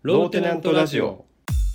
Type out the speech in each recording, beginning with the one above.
ローテナントラジオ。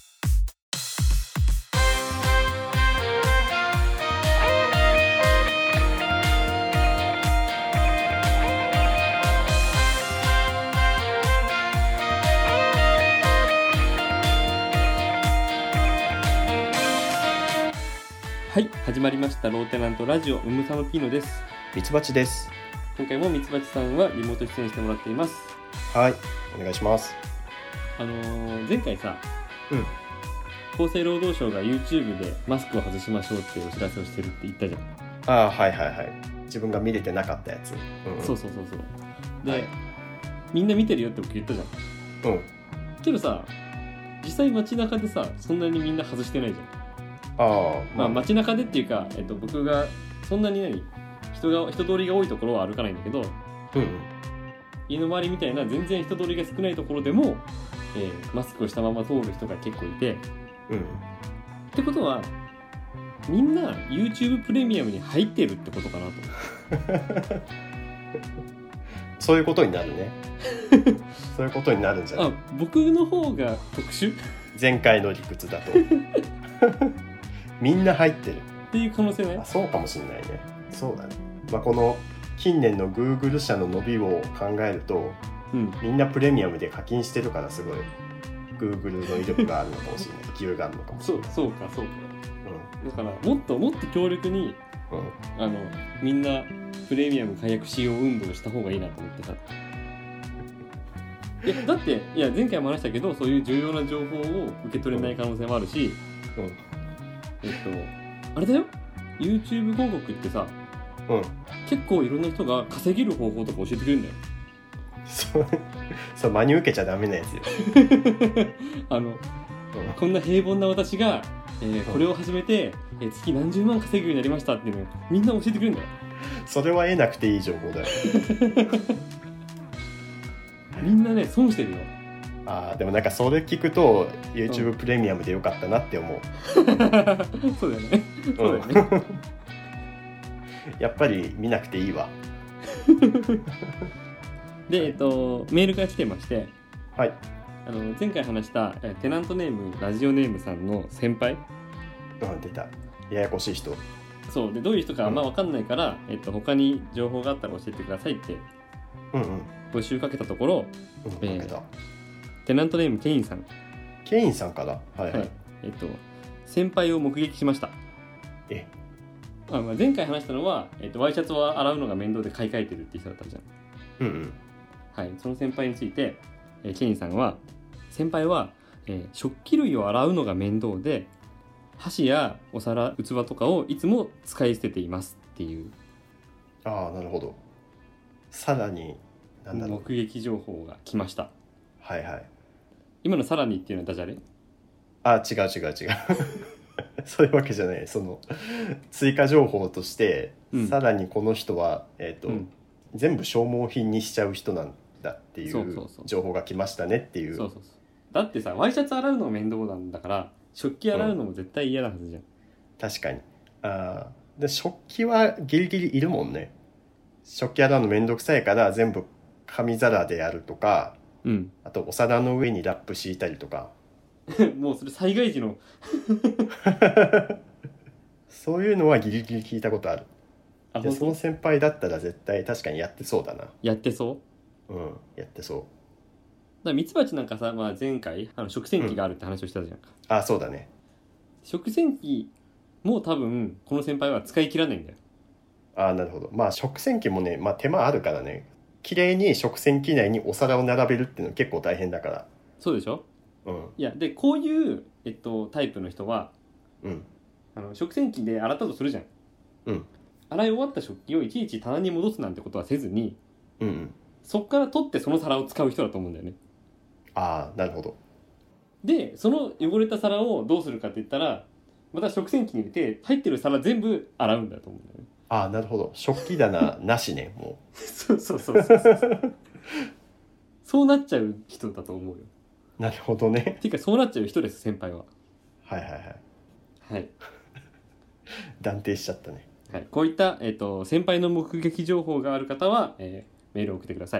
はい、始まりましたローテナントラジオ。ムムサノピーノです。 ミツバチです。 今回もミツバチさんはリモート出演してもらっています。 はい、お願いします。 前回さ、厚生労働省が YouTube でマスクを外しましょうっていうお知らせをしてるって言ったじゃん。 ああ、はいはいはい。自分が見れてなかったやつ。 そうで、はい、みんな見てるよって僕言ったじゃん。けどさ、実際街中でさ、そんなにみんな外してないじゃん。まあ街中でっていうか、僕がそんなに人通りが多いところは歩かないんだけど、家の周りみたいな全然人通りが少ないところでも、マスクをしたまま通る人が結構いて、ってことはみんな YouTube プレミアムに入ってるってことかなとそういうことになるねそういうことになるんじゃない？ 僕の方が特殊？ 前回の理屈だとみんな入ってるっていう可能性ない？ そうかもしれないね。そうだね。この近年の Google 社の伸びを考えると、みんなプレミアムで課金してるから、すごい Google の威力があるのかもしれない。勢いがあるのかもしれない。そうか、だからもっと強力に、みんなプレミアム解約しよう運動をした方がいいなと思ってさだって前回も話したけど、そういう重要な情報を受け取れない可能性もあるし、あれだよ、 YouTube 広告ってさ、結構いろんな人が稼げる方法とか教えてくれるんだよ。 そう真に受けちゃダメなやつよこんな平凡な私が、これを始めて、月何十万稼ぐようになりましたっていうのをみんな教えてくれるんだよ。 それは得なくていい情報だよみんなね、損してるよ。 でもなんかそれ聞くと YouTube プレミアムでよかったなって思うそうだよねそうだよねやっぱり見なくていいわで、メールが来てまして、 はい、 前回話した、テナントネームラジオネームさんの先輩、 出た、ややこしい人。 そうで、どういう人かあんま分かんないから、他に情報があったら教えてくださいって募集かけたところ、テナントネームケインさんからはい、 先輩を目撃しました。前回話したのは、ワイシャツを洗うのが面倒で買い替えてるって人だったじゃん。はい、その先輩について、ケインさんは、先輩は、食器類を洗うのが面倒で箸やお皿器とかをいつも使い捨てていますっていう。 なるほど。さらに目撃情報が来ました。 はいはい。 今のさらにっていうのはダジャレ？ 違うそういうわけじゃない。その追加情報として、さらにこの人は、全部消耗品にしちゃう人なんだっていう情報が来ましたねっていう。 そうだってさ、ワイシャツ洗うのが面倒なんだから食器洗うのも絶対嫌なはずじゃん。 確かに。で食器はギリギリいるもんね。食器洗うの面倒くさいから全部紙皿でやるとか、あとお皿の上にラップ敷いたりとかもうそれ災害時のそういうのはギリギリ聞いたことある。でその先輩だったら絶対確かにやってそうだな。 やってそう？ やってそう。 だミツバチなんかさ、前回食洗機があるって話をしたじゃんか。 そうだね。 食洗機も多分この先輩は使い切らないんだよ。なるほど。食洗機もね、手間あるからね、綺麗に食洗機内にお皿を並べるっていうの結構大変だから。 そうでしょ。いやで、こういう、タイプの人は、食洗機で洗ったとするじゃん。洗い終わった食器をいちいち棚に戻すなんてことはせずに、そっから取ってその皿を使う人だと思うんだよね。 なるほど。 でその汚れた皿をどうするかって言ったら、また食洗機に入れて入ってる皿全部洗うんだと思うんだよね。 なるほど。食器棚なしねもうそうそうなっちゃう人だと思うよ。 なるほどね。 っていうかそうなっちゃう人です、先輩は。はい断定しちゃったね。 こういった、先輩の目撃情報がある方は、メールを送ってください。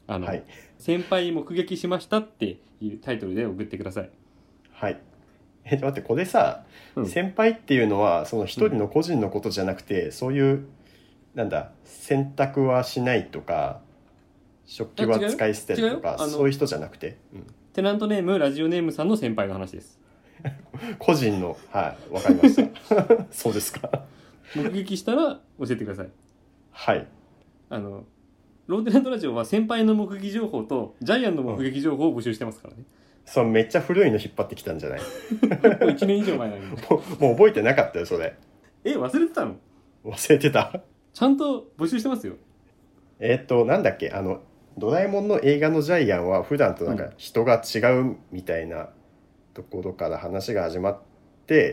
はい、 先輩目撃しましたっていうタイトルで送ってください。 はい。待って、これさ、先輩っていうのはその一人の個人のことじゃなくて、そういうなんだ、洗濯はしないとか食器は使い捨てるとか、そういう人じゃなくて、 テナントネームラジオネームさんの先輩の話です。 個人の、はい、わかりましたそうですか。 目撃したら教えてください。 はい。 ローテナントラジオは先輩の目撃情報とジャイアンの目撃情報を募集してますからね。 そう、めっちゃ古いの引っ張ってきたんじゃないもう 1年以上前なのにもう覚えてなかったよそれ。 忘れてたの？ 忘れてた。 ちゃんと募集してますよ。 なんだっけ、ドラえもんの映画のジャイアンは普段となんか人が違うみたいなところから話が始まって、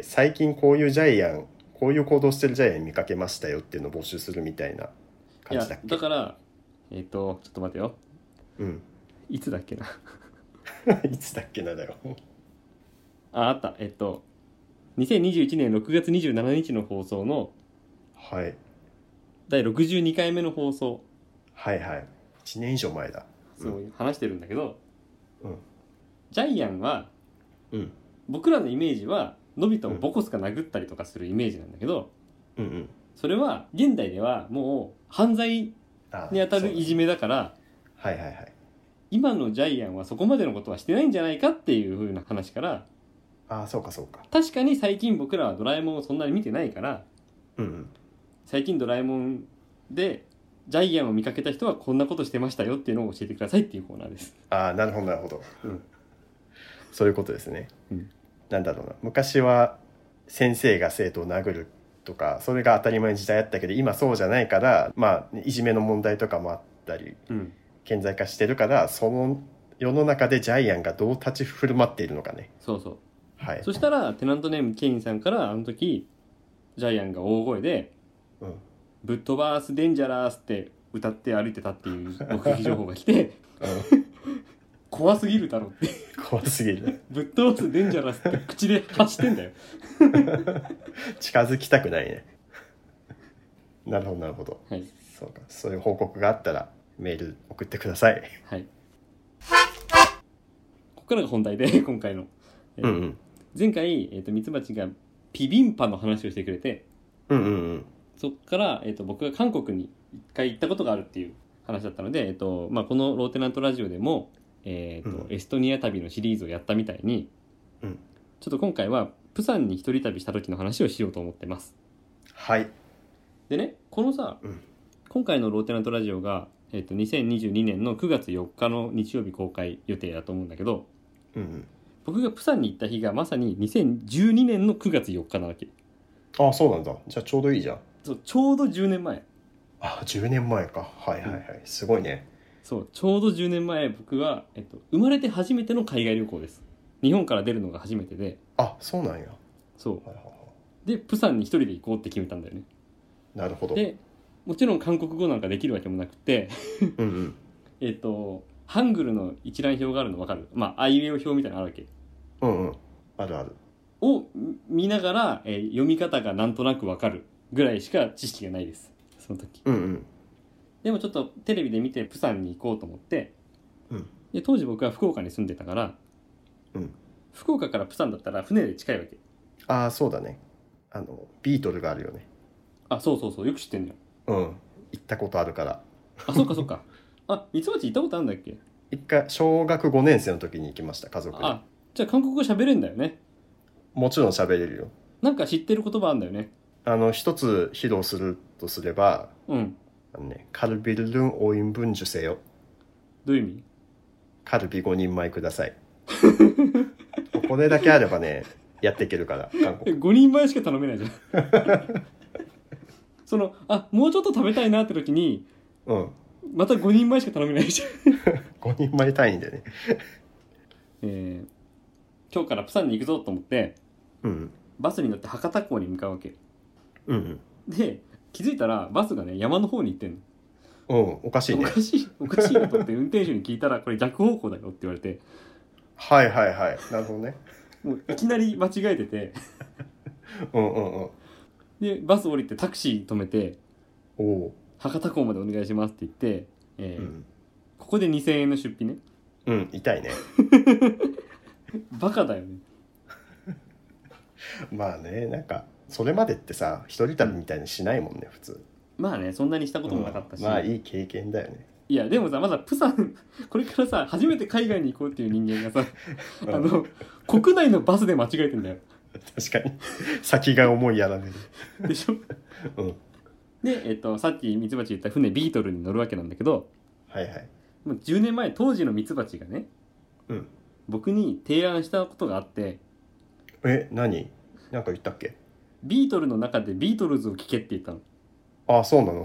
最近こういうジャイアン、こういう行動してるジャイアン見かけましたよっていうのを募集するみたいな感じだっけ。 いやだからちょっと待てよ。いつだっけな。 いつだっけなだよ。 あった。2021年6月27日の放送の、 はい、 第62回目の放送。 はいはい。1年以上前だ。 そう話してるんだけど、ジャイアンは、僕らのイメージはのび太をボコスか殴ったりとかするイメージなんだけど、それは現代ではもう犯罪に当たるいじめだから、今のジャイアンはそこまでのことはしてないんじゃないかっていう風な話から、 そうかそうか。 確かに最近僕らはドラえもんをそんなに見てないから、最近ドラえもんでジャイアンを見かけた人はこんなことしてましたよっていうのを教えてくださいっていうコーナーです。 なるほどなるほど、そういうことですね。なんだろうな、昔は先生が生徒を殴るとかそれが当たり前の時代だったけど、今そうじゃないから、いじめの問題とかもあったり、顕在化してるから、その世の中でジャイアンがどう立ち振る舞っているのかね。 そうそう、そしたらテナントネームケインさんから、あの時ジャイアンが大声で、ぶっ飛ばすデンジャラースって歌って歩いてたっていう目撃情報が来て、怖すぎるだろって怖すぎるぶっ飛ばすデンジャラスって口で発してんだよ近づきたくないね。なるほどなるほど、そうか、そういう報告があったらメール送ってください。 ここからが本題で今回の、前回、ミツバチがピビンパの話をしてくれて、そっから、僕が韓国に一回行ったことがあるっていう話だったので、このローテナントラジオでも、エストニア旅のシリーズをやったみたいに、ちょっと今回はプサンに一人旅した時の話をしようと思ってます。でね、このさ、今回のローテナントラジオが、2022年の9月4日の日曜日公開予定だと思うんだけど、僕がプサンに行った日がまさに2012年の9月4日なわけ。 そうなんだ。じゃあちょうどいいじゃん。 そうちょうど10年前。 10年前か。すごいね。 そうちょうど10年前、僕は、生まれて初めての海外旅行です。日本から出るのが初めてで。 そうなんや。 そうでプサンに一人で行こうって決めたんだよね。 なるほど。 でもちろん韓国語なんかできるわけもなくてハングルの一覧表があるの分かる？あいうえお表みたいなのあるわけ。 あるある。 を見ながら、読み方がなんとなく分かるぐらいしか知識がないです、その時。でもちょっとテレビで見てプサンに行こうと思って、で当時僕は福岡に住んでたから、福岡からプサンだったら船で近いわけ。 そうだね。ビートルがあるよね。 そうよく知ってんのよ。 行ったことあるから。 そっかそっか。ミツバチ行ったことあるんだっけ？ 一回小学5年生の時に行きました、家族で。 じゃあ韓国語喋れんだよね。 もちろん喋れるよ。 なんか知ってる言葉あるんだよね。 一つ披露するとすれば、カルビルルンオインブンジュセよ。 どういう意味？ カルビ5人前くださいこれだけあればね、やっていけるから。韓国 5人前しか頼めないじゃんもうちょっと食べたいなって時に、また5人前しか頼めないじゃん 5人前単位でね。今日からプサンに行くぞと思って、バスに乗って博多港に向かうわけ。で気づいたらバスがね山の方に行ってんの。 おかしいね。 おかしいなと思って運転手に聞いたら、これ逆方向だよって言われて。 なるほどね。 もういきなり間違えててでバス降りてタクシー止めて、博多港までお願いしますって言って、こここで2000円の出費ね。 痛いね。 バカだよね。 まあね、なんかそれまでってさ一人旅みたいにしないもんね普通。 まあね、そんなにしたこともなかったし、 まあいい経験だよね。 いやでもさ、まだプサンこれからさ初めて海外に行こうっていう人間がさ国内のバスで間違えてんだよ。 確かに先が重いやらねでしょ。で、さっきミツバチ言った船ビートルに乗るわけなんだけど、 はいはい、 もう10年前当時のミツバチがね、僕に提案したことがあって。 何？なんか言ったっけ？ ビートルの中でビートルズを聴けって言ったの。 あ、そうなの？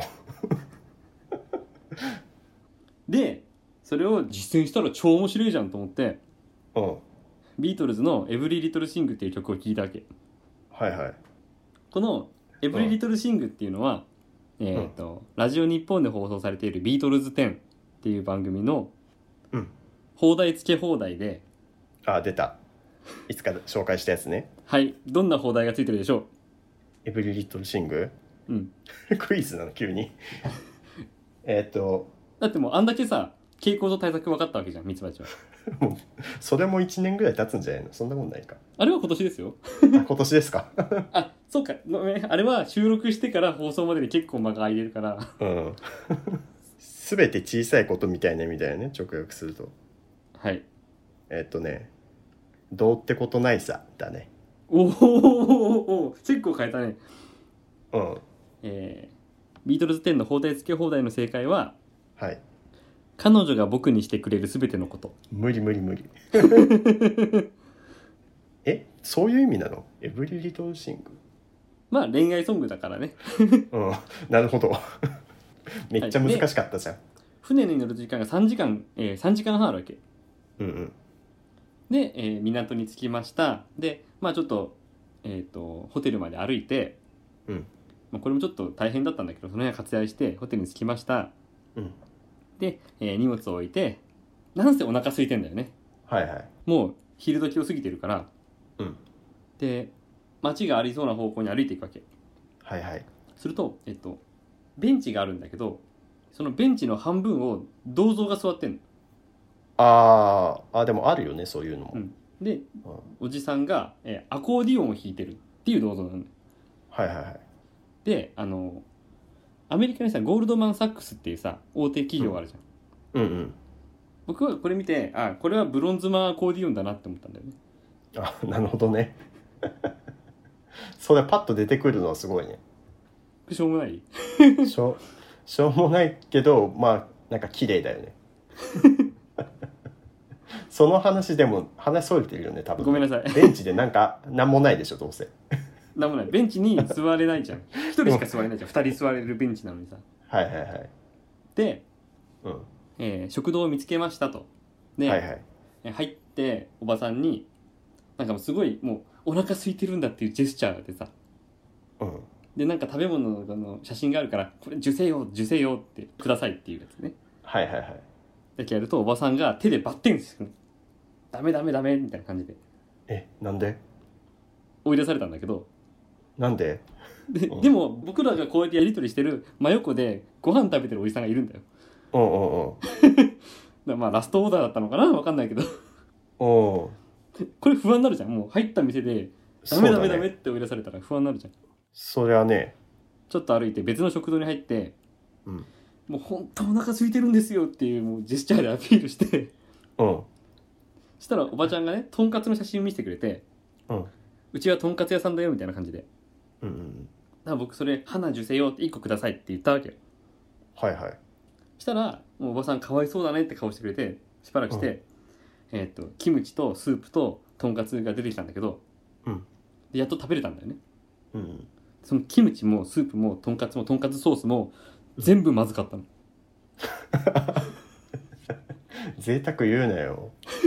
でそれを実践したら超面白いじゃんと思って、ビートルズのエブリリトルシングっていう曲を聴いたわけ。 はいはい。 このエブリリトルシングっていうのは、ラジオ日本で放送されているビートルズ10っていう番組の放題付け放題で、 出た、いつか紹介したやつね。 はい、どんな放題がついてるでしょう？ エブリリトルシング？クイズなの急に。 だってもうあんだけさ傾向と対策分かったわけじゃん、ミツバチは。 もうそれも1年ぐらい経つんじゃないの？そんなもんないか。 あれは今年ですよ。 今年ですか？ そうか、ごめん、あれは収録してから放送までに結構間が空いてるから。 全て小さいことみたいな意味だよね、直訳すると。 はい。 どうってことないさだね。 お結構変えたね。ビートルズ10の放題付け放題の正解は、 はい、 彼女が僕にしてくれるすべてのこと。 無理そういう意味なの？エブリリトルシング。 まあ恋愛ソングだからね。 なるほど。めっちゃ難しかったじゃん。 船に乗る時間が3時間半あるわけ。で、港に着きました。でまあちょっとホテルまで歩いて、これもちょっと大変だったんだけど、その辺は割愛してホテルに着きました。で、荷物を置いて、なんせお腹空いてんだよね。もう昼時を過ぎてるから、で街がありそうな方向に歩いていくわけ。するとベンチがあるんだけど、そのベンチの半分を銅像が座ってんの。 でもあるよねそういうのも。 で、おじさんが、アコーディオンを弾いてるっていう銅像なんだよ。でアメリカにさゴールドマン・サックスっていうさ大手企業があるじゃん。僕はこれ見て、これはブロンズマンアコーディオンだなって思ったんだよね。 なるほどね。それパッと出てくるのはすごいね。 しょうもないしょうもないけど、まあなんか綺麗だよね。その話でも話それてるよね多分。 ごめんなさい。 ベンチでなんもないでしょどうせ。 なんもない。ベンチに座れないじゃん。1人しか座れないじゃん。2人座れるベンチなのにさ。で、食堂を見つけましたと。で、入っておばさんになんかもうすごいもうお腹空いてるんだっていうジェスチャーでさ、でなんか食べ物の写真があるから、これ受精用ってくださいっていうやつね。だけやるとおばさんが手でバッテンする。ダメみたいな感じで。 なんで？ 追い出されたんだけど。 なんで？ でも僕らがこうやってやり取りしてる真横でご飯食べてるおじさんがいるんだよ。まあラストオーダーだったのかな、分かんないけど。これ不安になるじゃん。もう入った店でダメって追い出されたら不安になるじゃん。 それはね。 ちょっと歩いて別の食堂に入って、もう本当お腹空いてるんですよっていうもうジェスチャーでアピールして、そしたらおばちゃんがねとんかつの写真を見せてくれて、うちはとんかつ屋さんだよみたいな感じで、だから僕それ花受精用って1個くださいって言ったわけよ。したらもうおばさんかわいそうだねって顔してくれて、しばらくして、キムチとスープととんかつが出てきたんだけど、でやっと食べれたんだよね。そのキムチもスープもとんかつもとんかつソースも全部まずかったの。 贅沢言うなよ。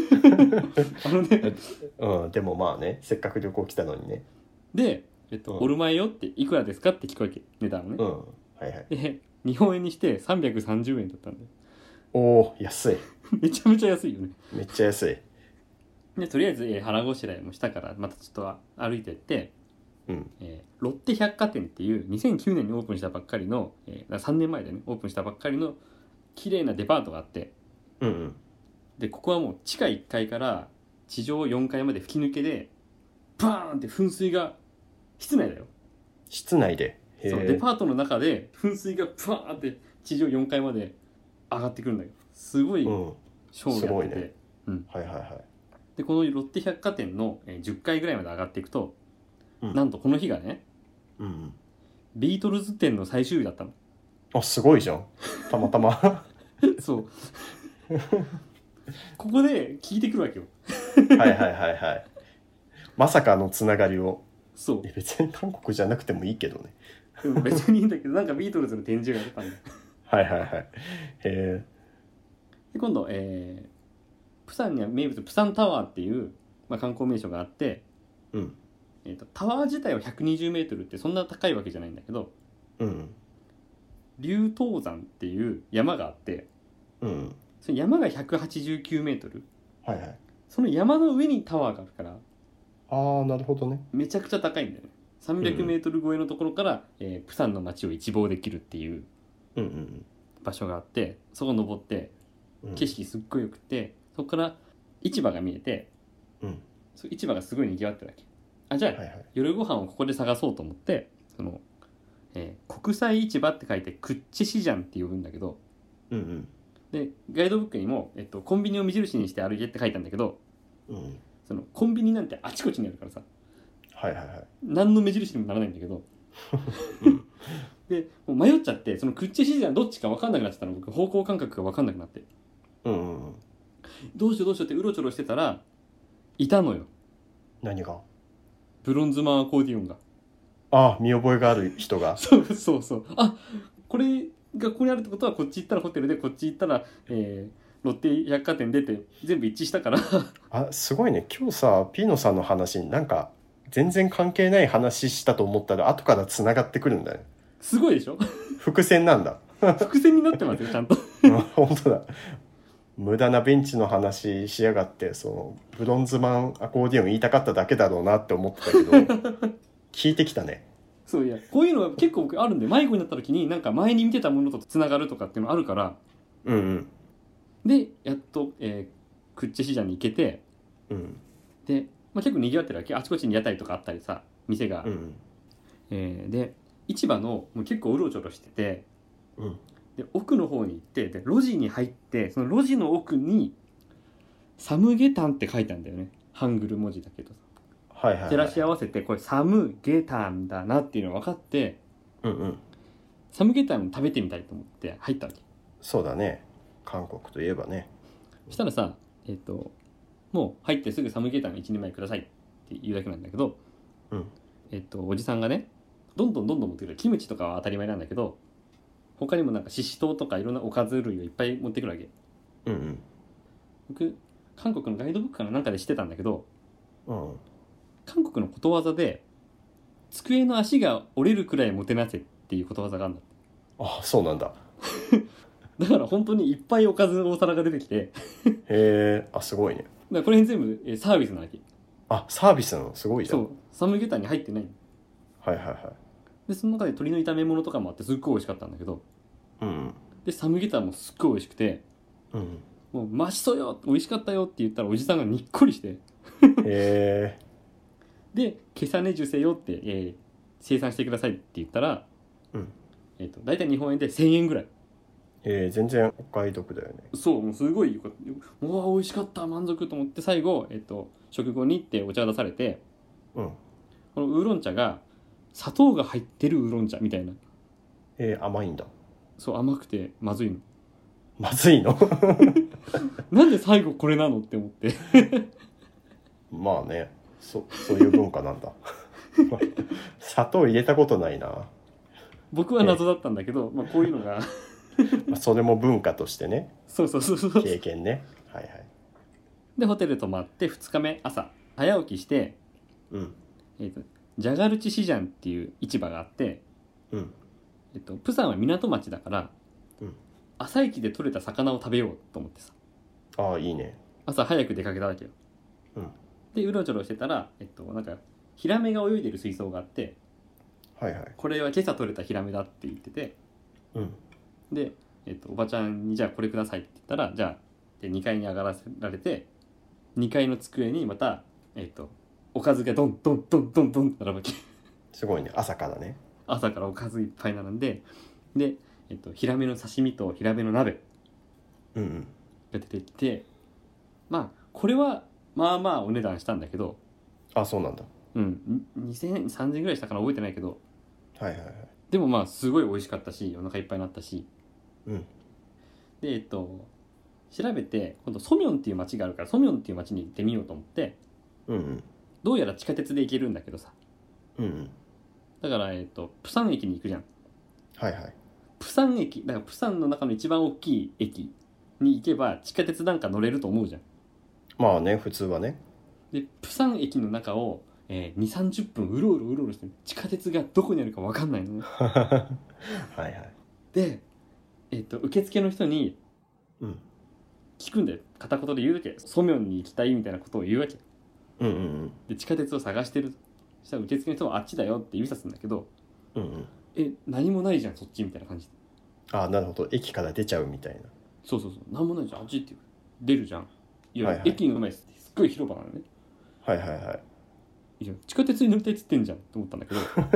でもまあね、せっかく旅行来たのにね。 で、オルマエよっていくらですかって聞こえて値段をね。で日本円にして330円だったんで。 安い。 めちゃめちゃ安いよね。 めっちゃ安い。 でとりあえず、腹ごしらえもしたからまたちょっと歩いてって、ロッテ百貨店っていう2009年にオープンしたばっかりの、3年前でねオープンしたばっかりの綺麗なデパートがあって、 うんうん、 でここはもう地下1階から地上4階まで吹き抜けでバーンって噴水が室内だよ。 室内で。 そうデパートの中で噴水がバーンって地上4階まで上がってくるんだけど、すごいショーをやってて、ね、 はいはいはい。 でこのロッテ百貨店の10階ぐらいまで上がっていくと、なんとこの日がね、ビートルズ展の最終日だったの。 あ、すごいじゃん。たまたまそうここで聞いてくるわけよはいはいはいはい。まさかのつながりを。 そう別に韓国じゃなくてもいいけどね。 別にいいんだけど、なんかビートルズの展示が出たんだよはいはいはい。で今度、プサンには名物プサンタワーっていう、観光名所があって、タワー自体は120メートルってそんな高いわけじゃないんだけど、龍頭山っていう山があって、その山が189メートル、その山の上にタワーがあるから、 ああなるほどね。 めちゃくちゃ高いんだよね。300メートル超えのところから、プサンの街を一望できるっていう場所があって、そこ登って景色すっごい良くて、そこから市場が見えて、そ市場がすごい賑わってるわけ。あ、じゃあ、夜ご飯をここで探そうと思って、その、国際市場って書いてクッチシジャンって呼ぶんだけど、でガイドブックにも、コンビニを目印にして歩けって書いたんだけど、そのコンビニなんてあちこちにあるからさ、何の目印にもならないんだけどでもう迷っちゃって、そのクッチシジャンどっちか分かんなくなっちゃったの。僕方向感覚が分かんなくなって、どうしようってうろちょろしてたらいたのよ。 何が？ ブロンズマンアコーディオンが。 あ、見覚えがある人がそうそうそう。あ、これがここにあるってことは、こっち行ったらホテルで、こっち行ったら、ロッテ百貨店出て全部一致したからあ、すごいね。今日さピーノさんの話なんか全然関係ない話したと思ったら後からつながってくるんだね。 すごいでしょ伏線なんだ伏線になってますよちゃんと本当だ。無駄なベンチの話しやがって。そのブロンズマンアコーディオン言いたかっただけだろうなって思ってたけど聞いてきたね。 そういや、こういうのが結構僕あるんで、迷子になった時になんか前に見てたものとつながるとかっていうのあるから、でやっと、クッチェシジャンに行けて、で、結構賑わってるわけ。あちこちに屋台とかあったりさ、店が、で市場のもう結構うろちょろしてて、で奥の方に行って、で路地に入って、その路地の奥にサムゲタンって書いてあるんだよね、ハングル文字だけどさ。照らし合わせてこれサムゲタンだなっていうのが分かって、サムゲタン食べてみたいと思って入ったわけ。 そうだね、韓国といえばね。 そしたらさ、もう入ってすぐサムゲタン1人前くださいって言うだけなんだけど、おじさんがね、どんどん持ってくる。キムチとかは当たり前なんだけど、他にもなんかししとうとかいろんなおかず類をいっぱい持ってくるわけ。僕韓国のガイドブックかなんかで知ってたんだけど、韓国のことわざで机の足が折れるくらいもてなせっていうことわざがあるんだって。 あ、そうなんだだから本当にいっぱいおかずお皿が出てきてへえ、あ、すごいね。 だからこれ全部サービスなわけ。 あ、サービスなの？すごいじゃん。 そう、サムゲタンに入ってない。でその中で鶏の炒め物とかもあってすっごい美味しかったんだけど、でサムゲタンもすっごい美味しくて、もうマシソよ美味しかったよって言ったらおじさんがにっこりしてへでケサネジュセよって、生産してくださいって言ったら、だいたい日本円で1000円ぐらい。 全然お買い得だよね。 そう、もうすごいよかった。うわ美味しかった、満足と思って、最後、食後にってお茶出されて、このウーロン茶が砂糖が入ってるウーロン茶みたいな。 甘いんだ。 そう、甘くてまずいの。 まずいのなんで最後これなのって思ってまあね、そういう文化なんだ砂糖入れたことないな。 僕は謎だったんだけど、こういうのがそれも文化としてね。 そう経験ね。 でホテル泊まって2日目朝早起きして、ジャガルチシジャンっていう市場があって、プサンは港町だから、朝一で取れた魚を食べようと思ってさ。 ああ、いいね。 朝早く出かけたわけよ。でうろちょろしてたら、なんかヒラメが泳いでる水槽があって、これは今朝取れたヒラメだって言ってて、で、おばちゃんにじゃあこれくださいって言ったら、じゃあで2階に上がらせられて、2階の机にまたおかずがドンドンドンドンドンって並ぶわけ。 すごいね、朝からね。 朝からおかずいっぱい並んで、で、ヒラメの刺身とヒラメの鍋が出てきて、まあこれはまあまあお値段したんだけど。 あ、そうなんだ。 2000円3000円ぐらいしたかな、覚えてないけど。 はいはいはい。 でもまあすごい美味しかったし、お腹いっぱいになったし。で調べて、今度ソミョンっていう町があるから、ソミョンっていう町に行ってみようと思って、どうやら地下鉄で行けるんだけどさ、だからプサン駅に行くじゃん。 はいはい。 プサン駅だから、プサンの中の一番大きい駅に行けば地下鉄なんか乗れると思うじゃん。まあね、普通はね。 でプサン駅の中を、2,30 分うろうろして、地下鉄がどこにあるか分かんないのね。 はいはい。 で、受付の人に聞くんだよ。片言で言うわけ。ソミョンに行きたいみたいなことを言うわけ。で地下鉄を探してる。そしたら受付の人はあっちだよって指さすんだけど、何もないじゃんそっちみたいな感じで。 あ、なるほど、駅から出ちゃうみたいな。 そう何もないじゃん、あっちって出るじゃん。いや、駅の前すっごい広場なのね。いや地下鉄に乗りたいっつってんじゃんと思ったんだけ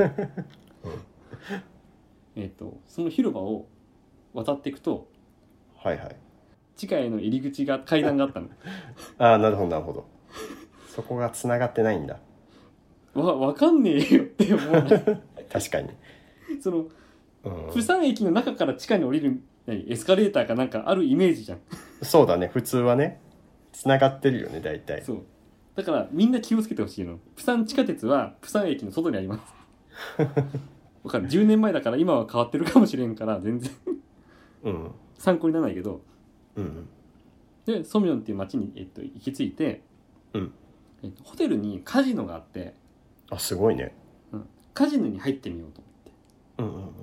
どその広場を渡っていくと、地下への入り口が階段があったの。 ああ、なるほどなるほど。そこが繋がってないんだ。 わかんねえよって思う。 確かに。 そのプサン駅の中から地下に降りるエスカレーターかなんかあるイメージじゃん。そうだね、 普通はね繋がってるよね、大体。 そうだからみんな気をつけてほしいの。プサン地下鉄はプサン駅の外にあります。わかる。10年前だから今は変わってるかもしれんから全然参考にならないけど、でソミョンっていう町に、行き着いて、ホテルにカジノがあって、 あ、すごいね。 カジノに入ってみようと思って、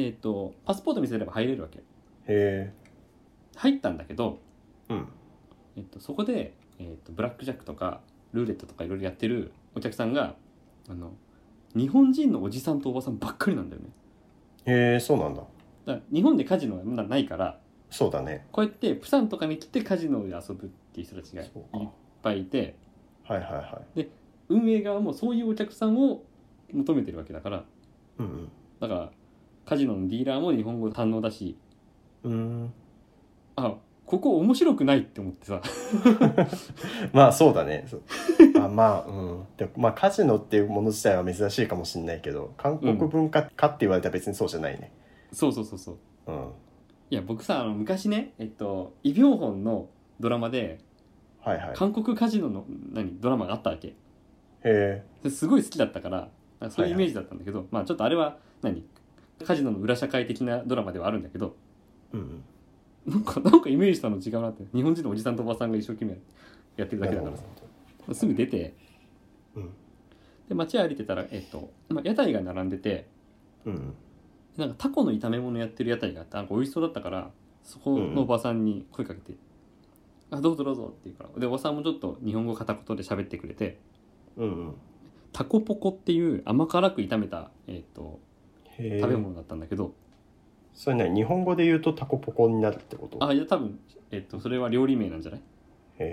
でパスポート見せれば入れるわけ。入ったんだけど、そこで、ブラックジャックとかルーレットとかいろいろやってるお客さんが日本人のおじさんとおばさんばっかりなんだよね。 へえ、そうなんだ。 だから日本でカジノはまだないから、 そうだね、 こうやってプサンとかに来てカジノで遊ぶっていう人たちがいっぱいいて、で運営側もそういうお客さんを求めてるわけだから、だからカジノのディーラーも日本語堪能だし、あ、ここ面白くないって思ってさ。 まあそうだね。でまあカジノっていうもの自体は珍しいかもしれないけど、韓国文化かって言われたら別にそうじゃないね。 そう、いや僕さ、昔ね、イ・ビョンホンのドラマで、韓国カジノのドラマがあったわけ。すごい好きだったから、そういうイメージだったんだけど、まあちょっとあれはカジノの裏社会的なドラマではあるんだけど、なんかイメージしたの違うなって。日本人のおじさんとおばさんが一生懸命やってるだけだからさ、すぐ出て、で街歩いてたら、屋台が並んでて、なんかタコの炒め物やってる屋台があって、なんか美味しそうだったから、そこのおばさんに声かけて、あ、どうぞどうぞって言うから、でおばさんもちょっと日本語片言で喋ってくれて、タコポコっていう甘辛く炒めた、食べ物だったんだけど、 それね、日本語で言うとタコポコになるってこと？ あ、いや多分、それは料理名なんじゃない？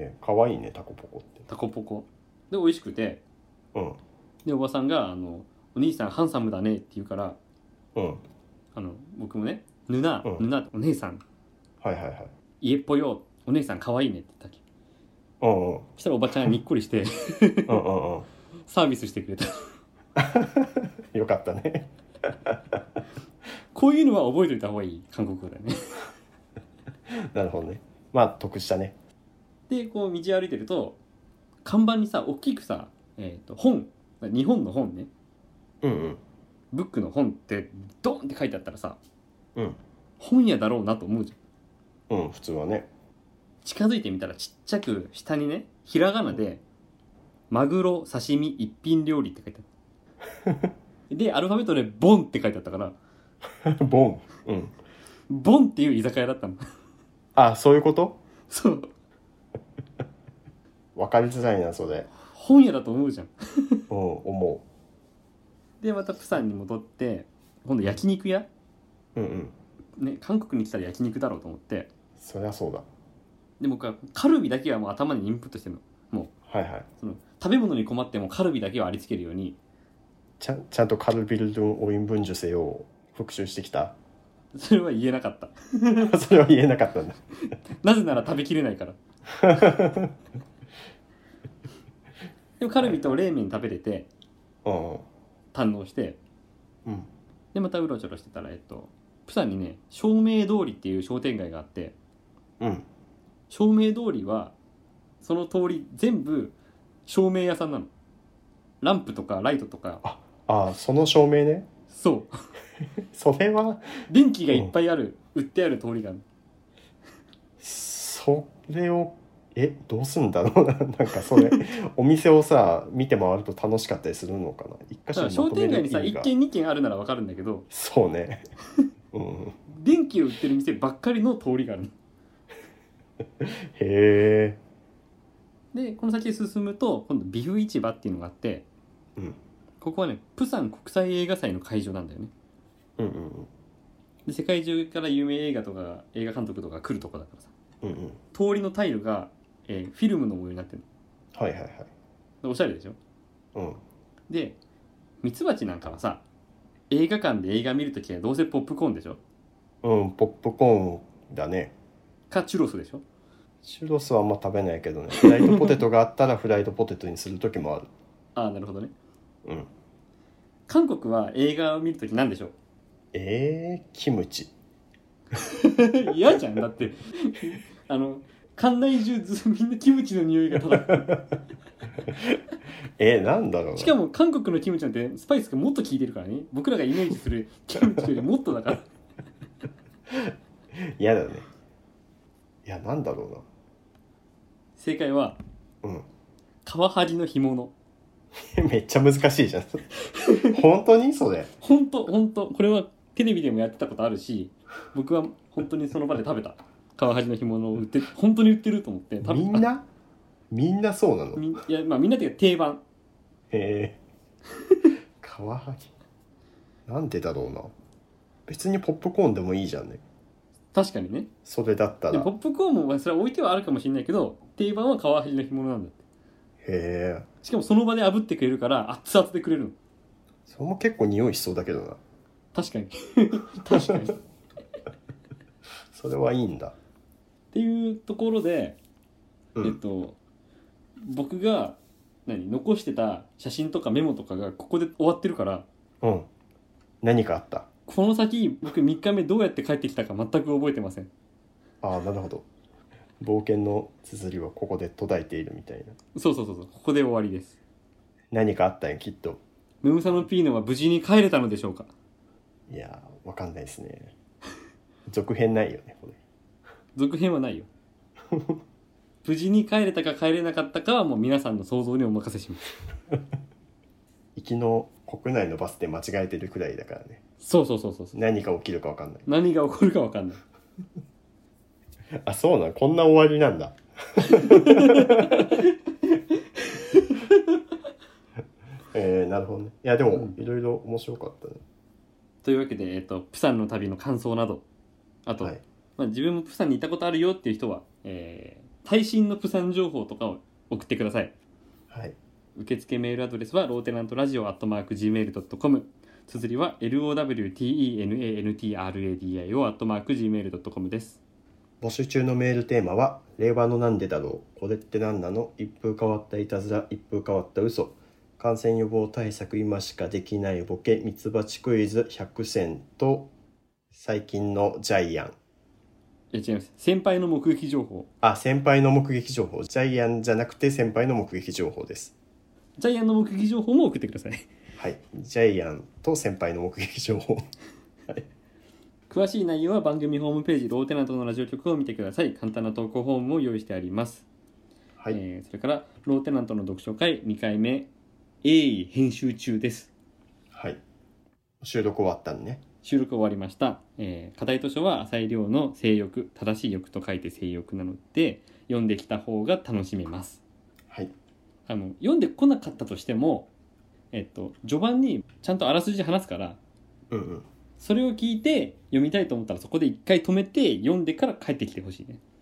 かわいいね、タコポコって。 タコポコで美味しくて、でおばさんがお兄さんハンサムだねって言うから、僕もね、ヌナお姉さん、家っぽよお姉さんかわいいねって言ったっけ。そしたらおばちゃんがにっこりしてサービスしてくれた。 よかったね。 こういうのは覚えておいた方がいい韓国語だよね。 なるほどね。まあ得したね。 でこう道歩いてると看板にさ、大きくさ、本、日本の本ね、ブックの本ってドンって書いてあったらさ、本屋だろうなと思うじゃん。普通はね。 近づいてみたらちっちゃく下にね、ひらがなでマグロ刺身一品料理って書いてある。でアルファベットでボンって書いてあったから、 ボン、 ボンっていう居酒屋だったの。 あ、そういうこと？ そう。 分かりづらいな、それ。 本屋だと思うじゃん。 思う。でまたプサンに戻って今度焼肉屋、ね、韓国に来たら焼肉だろうと思って。 そりゃそうだ。 で僕はカルビだけはもう頭にインプットしてるの。もう、はいはい、その食べ物に困ってもカルビだけはありつけるようにちゃんとカルビルドゥンオインブンジュセを復習してきた。 それは言えなかったそれは言えなかったんだなぜなら食べきれないからでもカルビと冷麺食べれて、はい、堪能して、うん、でまたうろちょろしてたらプサンにね照明通りっていう商店街があって、うん、照明通りはその通り全部照明屋さんなの。ランプとかライトとか。 あ、その照明ね。 そうそれは電気がいっぱいある、売ってある通りがある。 それをどうすんだろうな。なんかそれお店をさ見て回ると楽しかったりするのかな。一箇所にまとめる意味が。商店街にさ 1軒2軒あるなら分かるんだけど。 そうね、うん、 電気を売ってる店ばっかりの通りがあるのへえ。 でこの先進むと今度ビフ市場っていうのがあって、うん、ここはねプサン国際映画祭の会場なんだよね、うんうんうん、で世界中から有名映画とか映画監督とか来るとこだからさ、うんうん、通りのタイルが、フィルムの模様になってるの。はいはいはい。おしゃれでしょ、うん、でミツバチなんかはさ映画館で映画見るときはどうせポップコーンでしょ。 うん、ポップコーンだね。 かチュロスでしょ。 チュロスはあんま食べないけどね。フライドポテトがあったらフライドポテトにする時もある。 ああ、なるほどね。うん。韓国は映画を見るとき何でしょう。 キムチ。 嫌じゃん。だって館内中みんなキムチの匂いがただなんだろうな。 しかも韓国のキムチなんてスパイスがもっと効いてるからね。僕らがイメージするキムチよりもっとだから嫌だね。いや、なんだろうな。 正解は、うん、カワハギの干物。 めっちゃ難しいじゃん本当にそれ。 本当これはテレビでもやってたことあるし、僕は本当にその場で食べた。カワハギの干物を本当に売ってると思って食べた。 みんなそうなの。 いや、まあみんなっていうか定番。 カワハギなんでだろうな。別にポップコーンでもいいじゃんね。 確かにね。 それだったら。 ポップコーンもそれは置いてはあるかもしれないけど、定番はカワハギの干物なんだって。へえ。しかもその場で炙ってくれるから熱々でくれるの。 それも結構匂いしそうだけどな。 確かに確かにそれはいいんだっていうところで、うん、僕が残してた写真とかメモとかがここで終わってるから、 うん、何かあった。 この先僕3日目どうやって帰ってきたか全く覚えてません。 ああ、なるほど。冒険の綴りはここで途絶えているみたいな。 そうここで終わりです。 何かあったんやきっと。 ムムサノピーノは無事に帰れたのでしょうか。 いやー、わかんないですね。続編ないよねこれ。 続編はないよ無事に帰れたか帰れなかったかはもう皆さんの想像にお任せします行きの国内のバスで間違えてるくらいだからね。 そう何が起きるか分かんない。 何が起こるか分かんないあ、そうなん、こんな終わりなんだなるほどね。いやでもいろいろ面白かったね。 というわけで、プサンの旅の感想など、あと、はい、自分もプサンに行ったことあるよっていう人は、最新のプサン情報とかを送ってください。はい。受付メールアドレスはローテナントラジオ@gmail.com、綴りは lowtenantradio@gmail.com です。 募集中のメールテーマは令和のなんでだろう、これってなんなの、一風変わったいたずら、一風変わった嘘、感染予防対策今しかできないボケ、ミツバチクイズ100選と最近のジャイアン。 違います。先輩の目撃情報。 先輩の目撃情報。ジャイアンじゃなくて先輩の目撃情報です。 ジャイアンの目撃情報も送ってください。 はい、ジャイアンと先輩の目撃情報、はい、 詳しい内容は番組ホームページローテナントのラジオ局を見てください。簡単な投稿フォームも用意してあります。はい。それからローテナントの読書会2回目鋭意編集中です。 はい。収録終わったんね。 収録終わりました。課題図書は浅井亮の性欲、正しい欲と書いて性欲なので読んできた方が楽しめます。はい。読んでこなかったとしても、序盤にちゃんとあらすじ話すから、うんうん、それを聞いて読みたいと思ったらそこで一回止めて読んでから帰ってきてほしいね。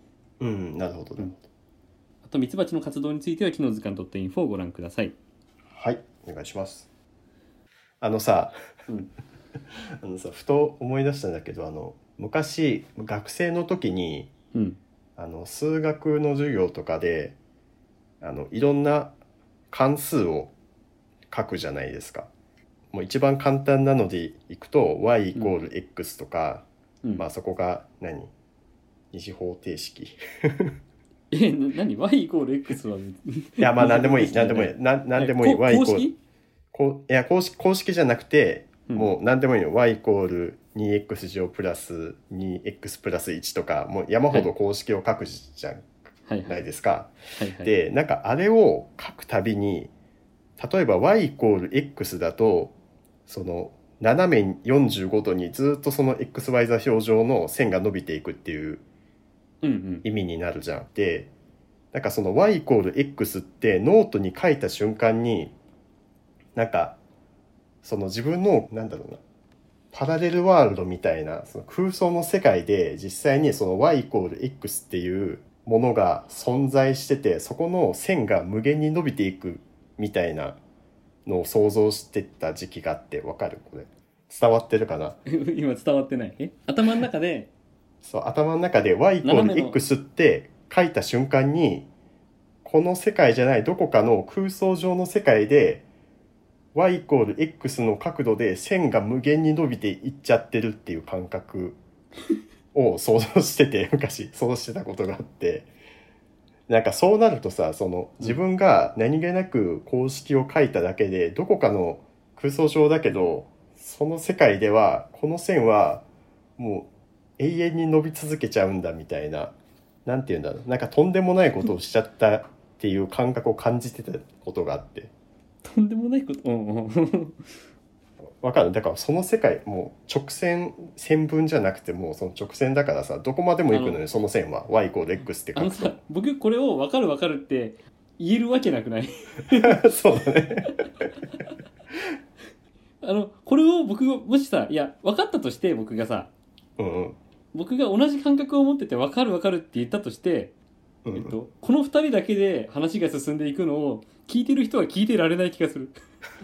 うん、なるほど、 あとミツバチの活動については機能図鑑 .info をご覧ください。 はい、お願いします。あのさ、ふと思い出したんだけど、昔学生の時に、数学の授業とかでいろんな関数を書くじゃないですか。もう一番簡単なのでいくと y イコール x とか、まあそこが二次方程式何 y イコール x はいやまあ何でもいい何でもいい何でもいい y イコールいや公式じゃなくて、もう何でもいいの y イコール 2x 乗プラス 2x プラス1とかもう山ほど公式を書くじゃないですか。でなんかあれを書くたびに例えば y イコール x だとその斜め45度にずっとその XY 座標上の線が伸びていくっていう意味になるじゃん。でなんかその y イコール x ってノートに書いた瞬間になんかその自分のパラレルワールドみたいなその空想の世界で実際にその y イコール x っていうものが存在しててそこの線が無限に伸びていくみたいなのを想像してた時期があって、わかる？これ伝わってるかな？ 今伝わってない。頭の中で頭の中で y イコール x って書いた瞬間にこの世界じゃないどこかの空想上の世界で y イコール x の角度で線が無限に伸びていっちゃってるっていう感覚を想像してて昔想像してたことがあって、なんかそうなるとさその自分が何気なく公式を書いただけでどこかの空想上だけどその世界ではこの線はもう永遠に伸び続けちゃうんだみたいな、なんていうんだろう、なんかとんでもないことをしちゃったっていう感覚を感じてたことがあって。 とんでもないこと、 わかる？だからその世界もう線分じゃなくてもうその直線だからさどこまでも行くのよその線は y イコール x って書くと。 僕これを分かるって言えるわけなくないそうだねこれを僕がもしさ分かったとして僕がさ、僕が同じ感覚を持ってて分かるって言ったとして、この2人だけで話が進んでいくのを聞いてる人は聞いてられない気がする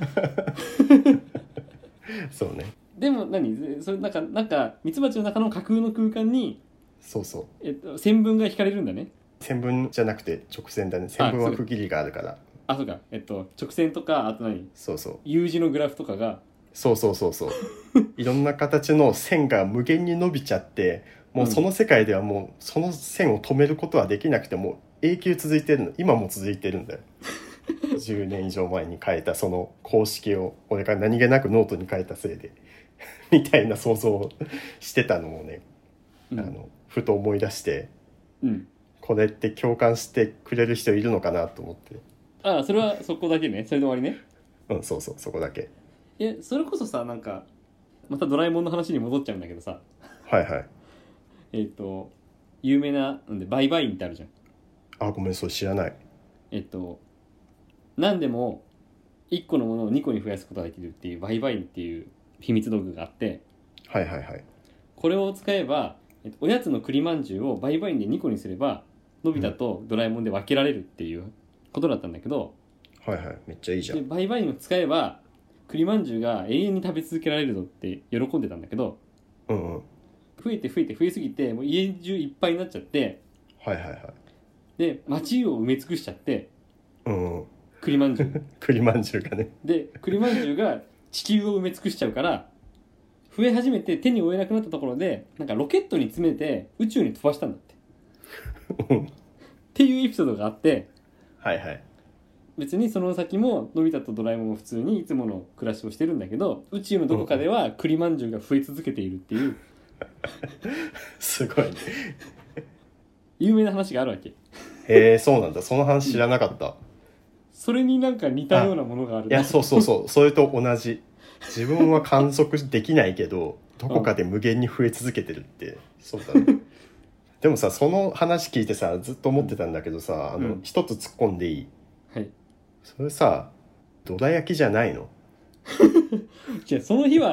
そうね。 でもそれなんかミツバチの中の架空の空間に線分が引かれるんだね。 線分じゃなくて直線だね。線分は区切りがあるから。 そうか。直線とかあとU 字のグラフとかがそういろんな形の線が無限に伸びちゃってもうその世界ではもうその線を止めることはできなくても永久続いてるの。今も続いてるんだよ10年以上前に書いたその公式を俺が何気なくノートに書いたせいでみたいな想像をしてたのをね、ふと思い出して、これって共感してくれる人いるのかなと思って。 それはそこだけね。それで終わりね。 そうそこだけ。 それこそさなんかまたドラえもんの話に戻っちゃうんだけどさ、有名なバイバインってあるじゃん。 ごめんそれ知らない。 何でも1個のものを2個に増やすことができるっていうバイバインっていう秘密道具があって、これを使えば、おやつの栗まんじゅうをバイバインで2個にすればのび太とドラえもんで分けられるっていうことだったんだけど、 めっちゃいいじゃん。 でバイバインを使えば栗まんじゅうが永遠に食べ続けられるぞって喜んでたんだけど、増えて増えすぎてもう家中いっぱいになっちゃって、で街を埋め尽くしちゃって、栗まんじゅう栗まんじゅうがね。 で栗まんじゅうが地球を埋め尽くしちゃうから増え始めて手に負えなくなったところでなんかロケットに詰めて宇宙に飛ばしたんだってっていうエピソードがあって、別にその先ものび太とドラえもんも普通にいつもの暮らしをしてるんだけど宇宙のどこかでは栗まんじゅうが増え続けているっていうすごいね有名な話があるわけ。 そうなんだ。その話知らなかった。 それになんか似たようなものがある。 いやそうそれと同じ。自分は観測できないけどどこかで無限に増え続けてるって、そうだねでもさその話聞いてさずっと思ってたんだけどさ一つ突っ込んでいい？それさどら焼きじゃないの？ じゃあその日は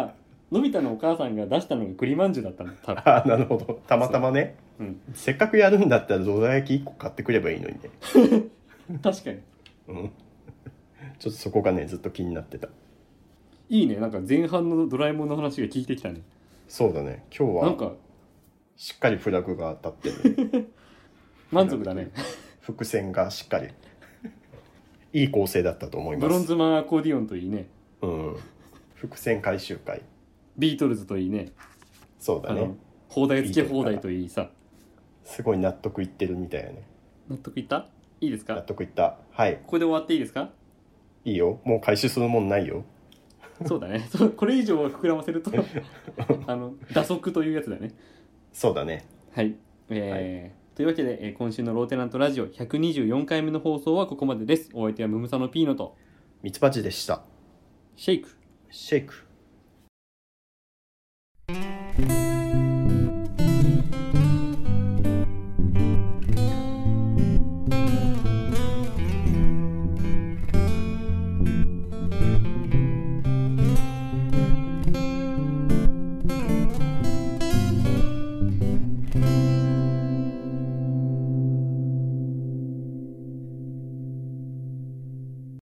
のび太のお母さんが出したのが栗まんじゅうだったの多分。 あなるほど、たまたまね、うん、せっかくやるんだったらどら焼き1個買ってくればいいのにね確かに、 うん、ちょっとそこがねずっと気になってた。 いいね、なんか前半のドラえもんの話が聞いてきたね。 そうだね、今日はなんかしっかりフラグが当たってる満足だね伏線がしっかりいい構成だったと思います。 ブロンズマンアコーディオンといいね、 うん、伏線回収会。 ビートルズといいね。 そうだね、 放題つけ放題といいさ、 すごい納得いってるみたいなね。 納得いった？いいですか？ 納得いった。はい、 ここで終わっていいですか？ いいよ、もう回収するもんないよそうだね、これ以上膨らませると打足というやつだね。 そうだね。 はい、というわけで、今週のローテナントラジオ124回目の放送はここまでです。お相手はムムサノピーノとミツバチでした。 シェイクシェイク。